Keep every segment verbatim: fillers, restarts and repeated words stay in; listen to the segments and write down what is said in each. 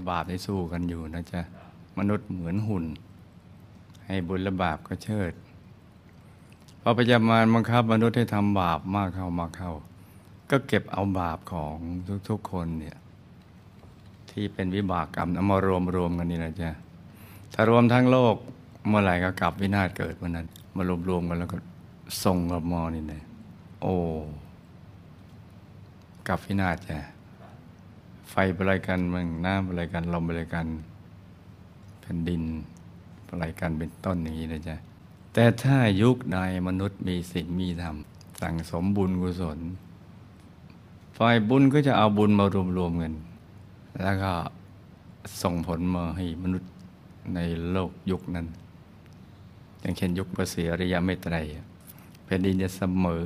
บาปได้สู้กันอยู่นะจ๊ะมนุษย์เหมือนหุ่นให้บุญและบาปก็เชิดพอพยามารบังคับมนุษย์ให้ทำบาปมากเข้ามากเข้าก็เก็บเอาบาปของทุกๆคนเนี่ยที่เป็นวิบากกรรมเอามารวมรวมกันนี่นะจ๊ะถ้ารวมทั้งโลกเมื่อไหร่ก็กลับวินาศเกิดวันนั้นมารวมรวมกันแล้วก็ส่งกับมอนี่นะโอ้กลับวินาศจ้ะไฟอะไรกันมึงน้ำอะไรกันลมอะไรกันแผ่นดินอะไรกันเป็นต้นอย่างนี้นะจ๊ะแต่ถ้ายุคใดมนุษย์มีศีลมีธรรมสั่งสมบุญกุศลฝ่ายบุญก็จะเอาบุญมารวมๆกันแล้วก็ส่งผลมาให้มนุษย์ในโลกยุคนั้นอย่างเช่นยุคพระศรีอริยเมตไตรแผ่นดินจะเสมอ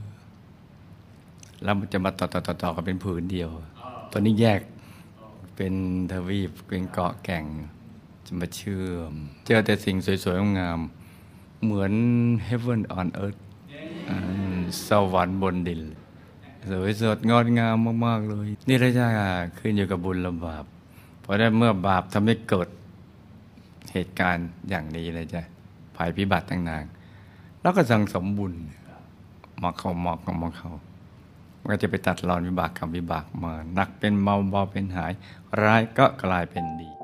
แล้วมันจะมาต่อต่อต่อต่อกันเป็นผืนเดียวตอนนี้แยกเป็นทวีปเป็นเกาะแก่งจะมาเชื่อมเจอแต่สิ่งสวยๆงามเหมือน heaven on earth สวรรค์บนดินสวยสดงดงามมากๆเลยนี่ระยะขึ้นอยู่กับบุญและบาปเพราะได้เมื่อบาปทำให้เกิดเหตุการณ์อย่างนี้เลยจ้ะภัยพิบัติต่างๆแล้วก็สั่งสมบุญมาเข้ามาเข้ามาเข้ามันก็จะไปตัดรอนวิบากกรรมวิบากมาหนักเป็นเบาเบาเป็นหายร้ายก็กลายเป็นดี